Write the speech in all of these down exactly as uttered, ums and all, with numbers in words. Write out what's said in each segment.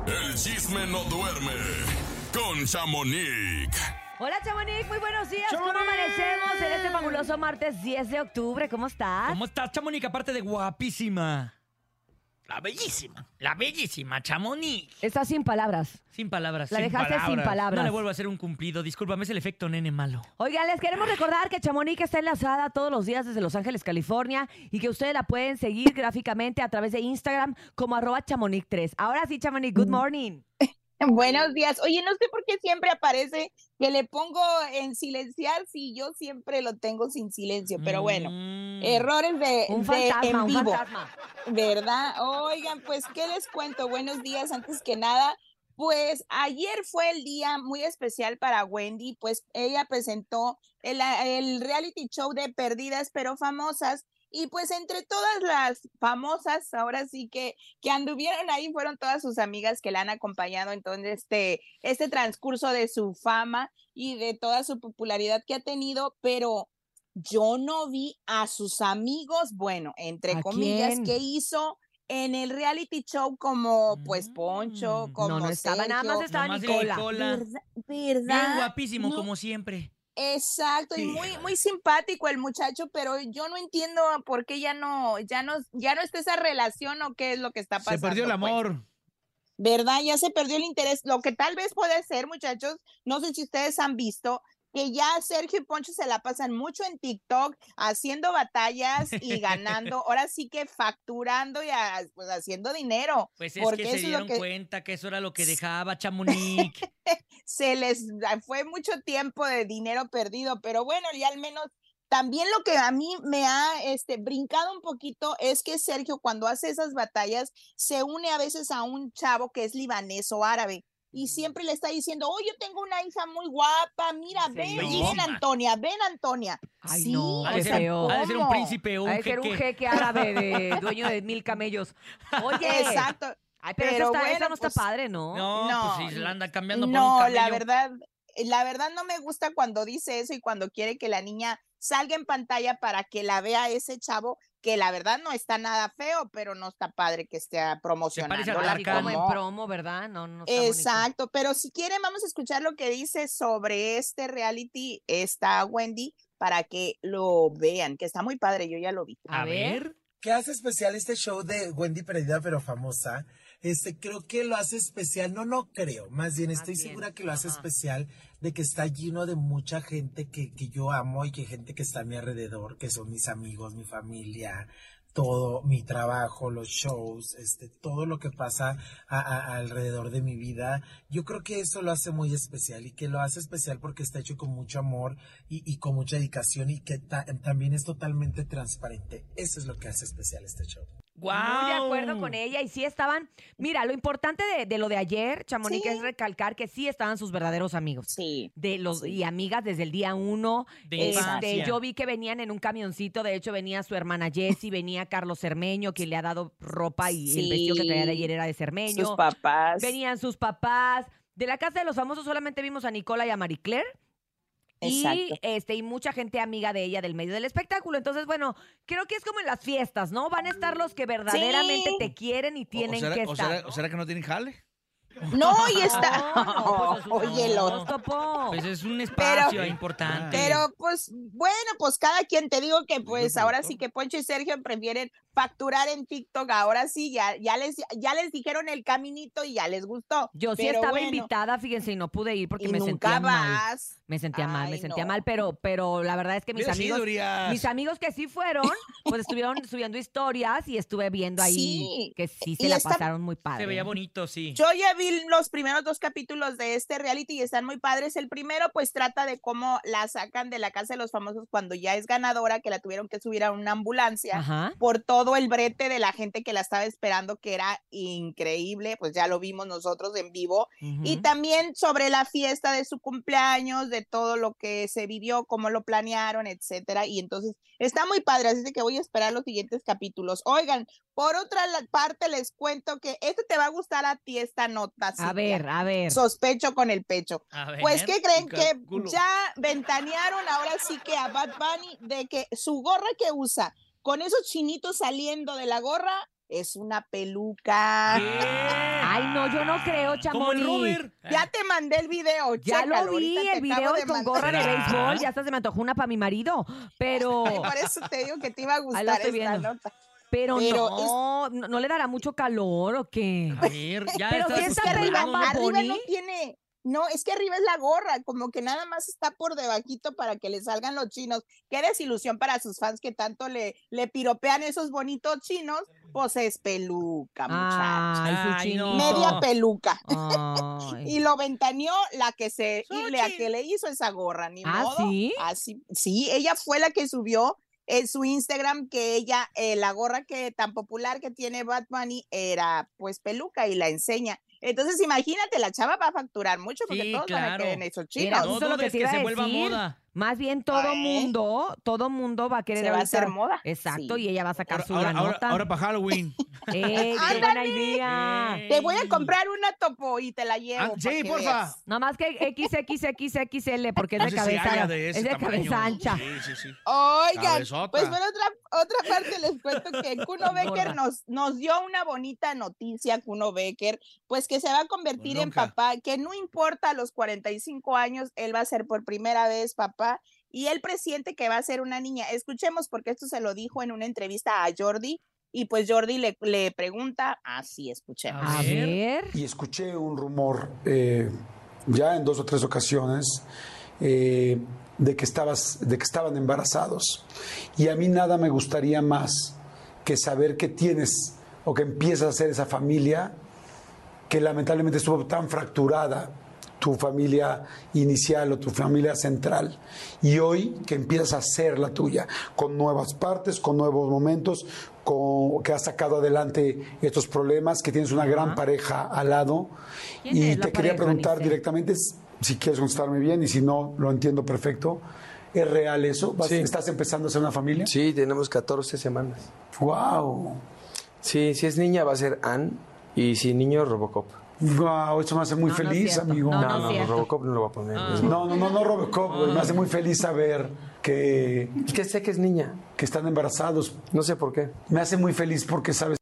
El chisme no duerme con Chamonix. Hola, Chamonix, muy buenos días. ¡Chamonix! ¿Cómo amanecemos en este fabuloso martes diez de octubre? ¿Cómo estás? ¿Cómo estás, Chamonix? Aparte de guapísima. La bellísima, la bellísima Chamonix. Estás sin palabras. Sin palabras. La sin dejaste sin palabras. palabras. No le vuelvo a hacer un cumplido. Discúlpame, es el efecto nene malo. Oigan, les queremos recordar que Chamonix está enlazada todos los días desde Los Ángeles, California, y que ustedes la pueden seguir gráficamente a través de Instagram como arroba Chamonix tres. Ahora sí, Chamonix, good morning. Buenos días. Oye, no sé por qué siempre aparece que le pongo en silenciar si yo siempre lo tengo sin silencio, pero bueno, Mm. errores de, Un de fantasma, en un vivo, fantasma. ¿verdad? Oigan, pues, ¿qué les cuento? Buenos días, antes que nada. Pues ayer fue el día muy especial para Wendy, pues ella presentó el, el reality show de Perdidas pero Famosas. Y pues entre todas las famosas, ahora sí que, que anduvieron ahí, fueron todas sus amigas que la han acompañado en todo este, este transcurso de su fama y de toda su popularidad que ha tenido, pero yo no vi a sus amigos, bueno, entre ¿A comillas, quién? que hizo en el reality show como pues Poncho, Mm. como No, no estaba, nada más Sergio. estaba Nomás Nicola. Nicola. ¿Verdad? Bien ¿Verdad? guapísimo, No. como siempre. Exacto, y muy, muy simpático el muchacho, pero yo no entiendo por qué ya no, ya no, ya no está esa relación o qué es lo que está pasando. Se perdió el pues. amor. ¿Verdad? Ya se perdió el interés. Lo que tal vez puede ser, muchachos, no sé si ustedes han visto que ya Sergio y Poncho se la pasan mucho en TikTok haciendo batallas y ganando, ahora sí que facturando y a- pues haciendo dinero. Pues es porque que se eso es lo dieron que cuenta que eso era lo que dejaba Chamonix. se les fue mucho tiempo de dinero perdido, pero bueno, ya al menos también lo que a mí me ha este, brincado un poquito es que Sergio cuando hace esas batallas se une a veces a un chavo que es libanés o árabe y siempre le está diciendo, oh, yo tengo una hija muy guapa, mira, ¿En ven, serio? ven Bellísima. Antonia, ven Antonia. Ay, sí, no, Ha o de qué ser, sea, feo. ha de ser un ¿cómo? príncipe o un Ha de ser un jeque. jeque árabe de dueño de mil camellos. Oye. Exacto. Ay, pero, Pero eso, está, bueno, eso no está pues, padre, ¿no? No, No, pues si la anda cambiando por un No, camello. la verdad, la verdad no me gusta cuando dice eso y cuando quiere que la niña salga en pantalla para que la vea ese chavo, que la verdad no está nada feo, pero no está padre que esté promocionando a la Así como en Tarkan. promo, ¿verdad? No, no está bonito. Exacto, pero si quieren vamos a escuchar lo que dice sobre este reality esta Wendy para que lo vean, que está muy padre, yo ya lo vi. A ver. ¿Qué hace especial este show de Wendy Perdida pero famosa? Este, creo que lo hace especial, no, no creo, más bien Más estoy bien, segura que lo hace ajá. especial de que está lleno de mucha gente que, que yo amo y que gente que está a mi alrededor, que son mis amigos, mi familia, todo, mi trabajo, los shows, este, todo lo que pasa a- a- alrededor de mi vida. Yo creo que eso lo hace muy especial y que lo hace especial porque está hecho con mucho amor y, y con mucha dedicación y que ta- también es totalmente transparente. Eso es lo que hace especial este show. ¡Guau! Muy de acuerdo con ella y sí estaban. Mira, lo importante de, de lo de ayer, Chamonix, Sí. es recalcar que sí estaban sus verdaderos amigos. Sí. De los Sí. y amigas desde el día uno. De Este, infancia. yo vi que venían en un camioncito, de hecho venía su hermana Jessie, venía Carlos Cermeño, quien le ha dado ropa y el vestido que traía de ayer era de Cermeño. Sus papás. Venían sus papás. De la casa de los famosos solamente vimos a Nicola y a Marie Claire. Y Exacto. este, y mucha gente amiga de ella del medio del espectáculo. Entonces, bueno, creo que es como en las fiestas, ¿no? Van a estar los que verdaderamente Sí. te quieren y tienen o, será, que o estar. será- o será que no tienen jale? No, y está. No, no, pues, eso es- Oye, no, los topo. Pues es un espacio Pero- importante. Pero pues bueno, pues cada quien te digo que pues Digo, ahora pero sí todo. que Poncho y Sergio prefieren facturar en TikTok, ahora sí ya ya les ya les dijeron el caminito y ya les gustó. Yo sí Pero estaba bueno, invitada, fíjense, y no pude ir porque y me nunca sentía mal. vas. Me sentía mal, me Ay, sentía no. mal, pero, pero la verdad es que mis Hubiera sido, amigos, Urias. mis amigos que sí fueron, pues estuvieron subiendo historias y estuve viendo ahí Sí, que sí y se la está- pasaron muy padre. Se veía bonito, sí. Yo ya vi los primeros dos capítulos de este reality y están muy padres. El primero pues trata de cómo la sacan de la casa de los famosos cuando ya es ganadora, que la tuvieron que subir a una ambulancia. Ajá. Por todo el brete de la gente que la estaba esperando, que era increíble, pues ya lo vimos nosotros en vivo. Y Ujú. también sobre la fiesta de su cumpleaños, de todo lo que se vivió, cómo lo planearon, etcétera. Y entonces está muy padre, así que voy a esperar los siguientes capítulos. Oigan, por otra la- parte les cuento que esto te va a gustar a ti, esta nota. A Cintia. ver, a ver. Sospecho con el pecho. A ver. Pues, ¿qué creen? Que Calculo. ya ventanearon ahora sí que a Bad Bunny de que su gorra que usa con esos chinitos saliendo de la gorra es una peluca. ¿Qué? Ay, Ay, no, yo no creo, Como el Chamonix. Robert. Ya te mandé el video, Ya chécalo, lo vi, ahorita te el acabo video de con mandar. gorra de ¿Será? béisbol. Ya hasta se me antojó una para mi marido. Pero, Ay, por eso te digo que te iba a Ahí lo gustar estoy esta viendo. nota. pero, Pero no, no, ¿no le dará mucho calor o qué? A ver, ya Pero estás si está acostumbrado. pelón, Bad Arriba Bunny. no tiene, no, es que arriba es la gorra, como que nada más está por debajito para que le salgan los chinos. Qué desilusión para sus fans que tanto le, le piropean esos bonitos chinos, pues es peluca, muchachos. Ay, su Ay, chinito. no. Media peluca. Ay. Y lo ventaneó la que se, y la Xochitl. que le hizo esa gorra, ni ¿Ah, modo. sí? Así, sí, ella fue la que subió en su Instagram que ella, eh, la gorra que tan popular que tiene Bad Bunny era pues peluca y la enseña. Entonces imagínate, la chava va a facturar mucho porque Sí, todos van a claro. querer en esos Mira, chinos. No justo lo que dudes te que iba se a vuelva decir. moda. Más bien todo Ay. mundo, todo mundo va a querer Se va a ahorita- hacer moda. Exacto, Sí. y ella va a sacar Ahora, su ahora, ahora, granota. ahora para Halloween. ¡Ey, qué ¡Ándale! buena idea! Te voy a comprar una topo y te la llevo. Ah, pa' sí, que porfa. veas. No más que equis equis equis equis ele porque es No de sé si cabeza, haya de ese es de tamaño. cabeza ancha. Sí, sí, sí. Oigan, Cabezota. pues por otra, otra parte les cuento que Kuno Gorda. Becker nos, nos dio una bonita noticia, Kuno Becker, pues que se va a convertir en Nunca. papá, que no importa los cuarenta y cinco años, él va a ser por primera vez papá, y él presiente que va a ser una niña. Escuchemos porque esto se lo dijo en una entrevista a Jordi, y pues Jordi le, le pregunta, así escuchemos. A ver. Y escuché un rumor eh, ya en dos o tres ocasiones eh, de, que estabas, de que estaban embarazados. Y a mí nada me gustaría más que saber que tienes o que empiezas a hacer esa familia que lamentablemente estuvo tan fracturada, tu familia inicial o tu familia central, y hoy que empiezas a hacer la tuya, con nuevas partes, con nuevos momentos, con, que has sacado adelante estos problemas, que tienes una gran pareja al lado. ¿Quién Y es la te quería pareja, preguntar Nice? directamente, si quieres contestarme bien, y si no, lo entiendo perfecto. ¿Es real eso? ¿Vas- Sí. ¿Estás empezando a hacer una familia? Sí, tenemos catorce semanas. ¡Wow! Sí, si es niña va a ser Ann y si niño Robocop. ¡Wow! Eso me hace muy No, no es feliz, cierto. amigo. No, No, no, no, es cierto. Robocop no lo va a poner. Es- No, no, no, no, Robocop, güey. Me hace muy feliz saber que, Es que sé que es niña. que están embarazados. No sé por qué. Me hace muy feliz porque, ¿sabes?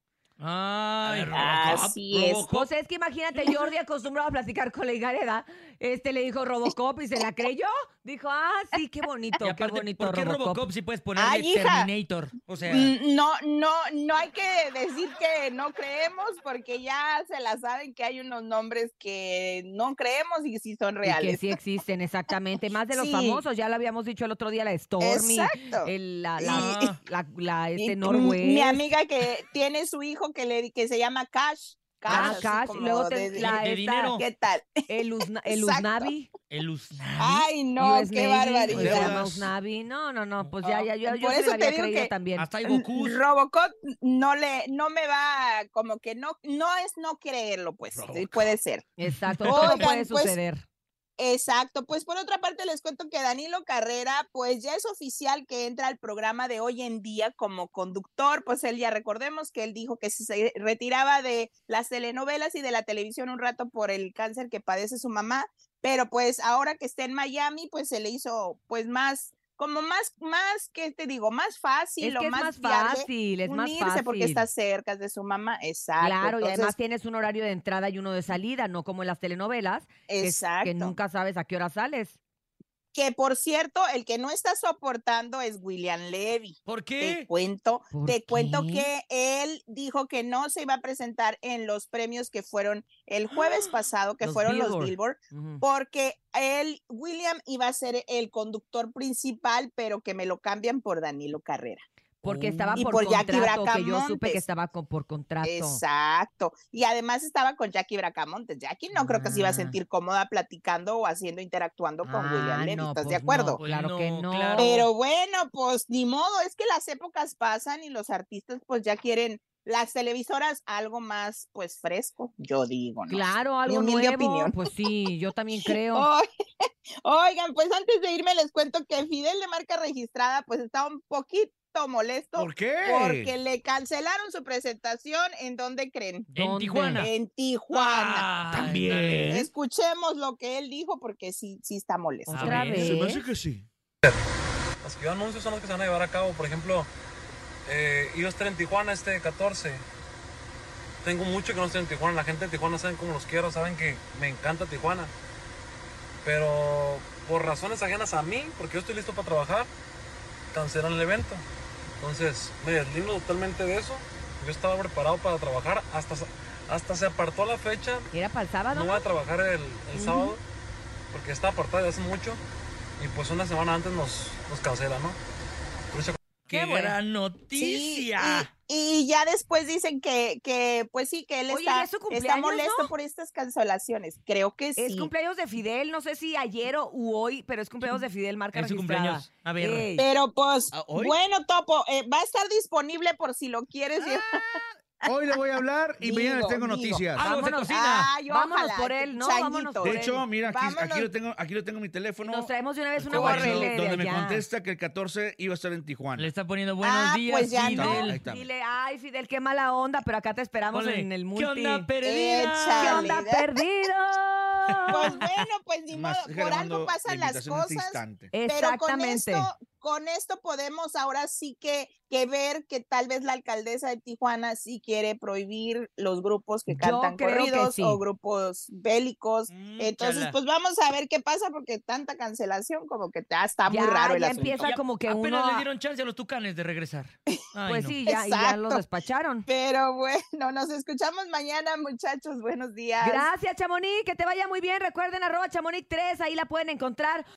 Ay, Así es. Robocop. Pues es que imagínate, Jordi acostumbrado a platicar con la Higareda, este le dijo Robocop y se la creyó. Dijo, ah, sí, qué bonito, Y aparte, qué bonito ¿por qué Robocop. Robocop si puedes ponerle Ay, hija. Terminator? O sea, Mm, No, no, no hay que decir que no creemos porque ya se la saben que hay unos nombres que no creemos y sí son Y reales. que sí existen, exactamente. Más de los Sí. famosos, ya lo habíamos dicho el otro día, la Stormy, Exacto. el- la, Y- la, la, la, Y este m- Norwest. mi amiga que tiene su hijo que le que se llama Cash. Cash, Ah, así Cash, y como luego te- de- la, de esta, dinero. ¿Qué tal? el, Uzna- el Exacto. Uznavi. el Usnavi. Ay, no, U S qué Navy, barbaridad. Se llama Deudas. Uznavi. No, no, no, pues ya, ya, yo, yo Por se eso la te había digo creído que- también. Hasta hay Goku. Robocop no le, no me va como que no, no es no creerlo, pues, sí, puede ser. Exacto, todo Oigan, puede pues, suceder. Exacto, pues por otra parte les cuento que Danilo Carrera, pues ya es oficial que entra al programa de Hoy en Día como conductor, pues él ya recordemos que él dijo que se retiraba de las telenovelas y de la televisión un rato por el cáncer que padece su mamá, pero pues ahora que está en Miami, pues se le hizo pues más, como más, más, ¿qué te digo? Más fácil Es o que es más, más viable fácil, es más unirse fácil. porque está cerca de su mamá, exacto. Claro, y además entonces, tienes un horario de entrada y uno de salida, no como en las telenovelas, que, es- exacto. que nunca sabes a qué hora sales. Que por cierto, el que no está soportando es William Levy. ¿Por Te qué? cuento, ¿Por te cuento qué? que él dijo que no se iba a presentar en los premios que fueron el jueves pasado, que Los fueron los Billboard. Billboard, Ujú. porque él, William, iba a ser el conductor principal, pero que me lo cambian por Danilo Carrera. Porque estaba Y por, por Jackie contrato, que yo supe Bracamontes. que estaba con- por contrato. Exacto. Y además estaba con Jackie Bracamontes. Jackie no creo que se iba a Ah. sentir cómoda platicando o haciendo, interactuando con Ah, William Levy. no, ¿Estás pues de acuerdo? no, claro que No, no. claro. Pero bueno, pues ni modo, es que las épocas pasan y los artistas pues ya quieren las televisoras algo más pues fresco, yo digo, ¿no? Claro, Mi algo humilde nuevo. opinión. Pues sí, yo también creo. Oy- Oigan, pues antes de irme les cuento que Fidel de marca registrada pues está un poquito molesto ¿Por qué? porque le cancelaron su presentación. ¿En dónde creen? En ¿Dónde? Tijuana. En Tijuana. Ay, También. dale. Escuchemos lo que él dijo porque sí, sí está molesto. A Otra ver, vez. Se me hace que sí. Los que yo anuncio son los que se van a llevar a cabo. Por ejemplo, eh, iba a estar en Tijuana este catorce. tengo mucho que no estoy en Tijuana. La gente de Tijuana saben cómo los quiero, saben que me encanta Tijuana. Pero por razones ajenas a mí, porque yo estoy listo para trabajar, cancelan el evento. Entonces me deslindo totalmente de eso. Yo estaba preparado para trabajar, hasta, hasta se apartó la fecha. ¿Y era para el sábado? No voy a trabajar el, el uh-huh. sábado, porque está apartado desde hace mucho. Y pues una semana antes nos, nos cancelan, ¿no? Eso... ¡Qué gran noticia! Sí, y, y ya después dicen que, que pues sí, que él Oye, está, ¿es su está cumpleaños, molesto no? por estas cancelaciones. Creo que sí. Es cumpleaños de Fidel, no sé si ayer o u hoy, pero es cumpleaños de Fidel, marca Es su registrada. cumpleaños. A ver. Ey. Pero pues, ¿Ah, hoy? bueno, Topo, eh, va a estar disponible por si lo quieres llevar. Hoy le voy a hablar y Digo, mañana les tengo digo. noticias. Ah, Vámonos. se cocina. Ay, Vámonos ojalá, por él, ¿no? changuito. Vámonos por De él. hecho, mira, aquí, aquí Vámonos. lo tengo, aquí lo tengo en mi teléfono. Nos traemos de una vez una Donde- guarrele de donde me allá. contesta que el catorce iba a estar en Tijuana. Le está poniendo buenos Ah, días, pues ya no. Fidel. Ahí está. Dile, ay, Fidel, qué mala onda, pero acá te esperamos Ponle, en el multi. ¿Qué onda, perdida? Échale. ¿Qué onda, perdido? Pues bueno, pues ni modo, Más, déjale, por mando algo pasan la las invitación en este cosas. instante. Pero con Exactamente. esto, con esto podemos ahora sí que, que ver que tal vez la alcaldesa de Tijuana sí quiere prohibir los grupos que Yo cantan creo que corridos sí. o grupos bélicos. Mm, Entonces, chala. pues vamos a ver qué pasa porque tanta cancelación como que ya está Ya, muy raro el ya asunto. empieza Ya como que apenas uno... le a- dieron chance a los tucanes de regresar. Ay, Pues no. sí, ya, y ya Exacto. los despacharon. Pero bueno, nos escuchamos mañana, muchachos. Buenos días. Gracias, Chamonix, que te vaya muy bien. Recuerden, arroba Chamonix tres, ahí la pueden encontrar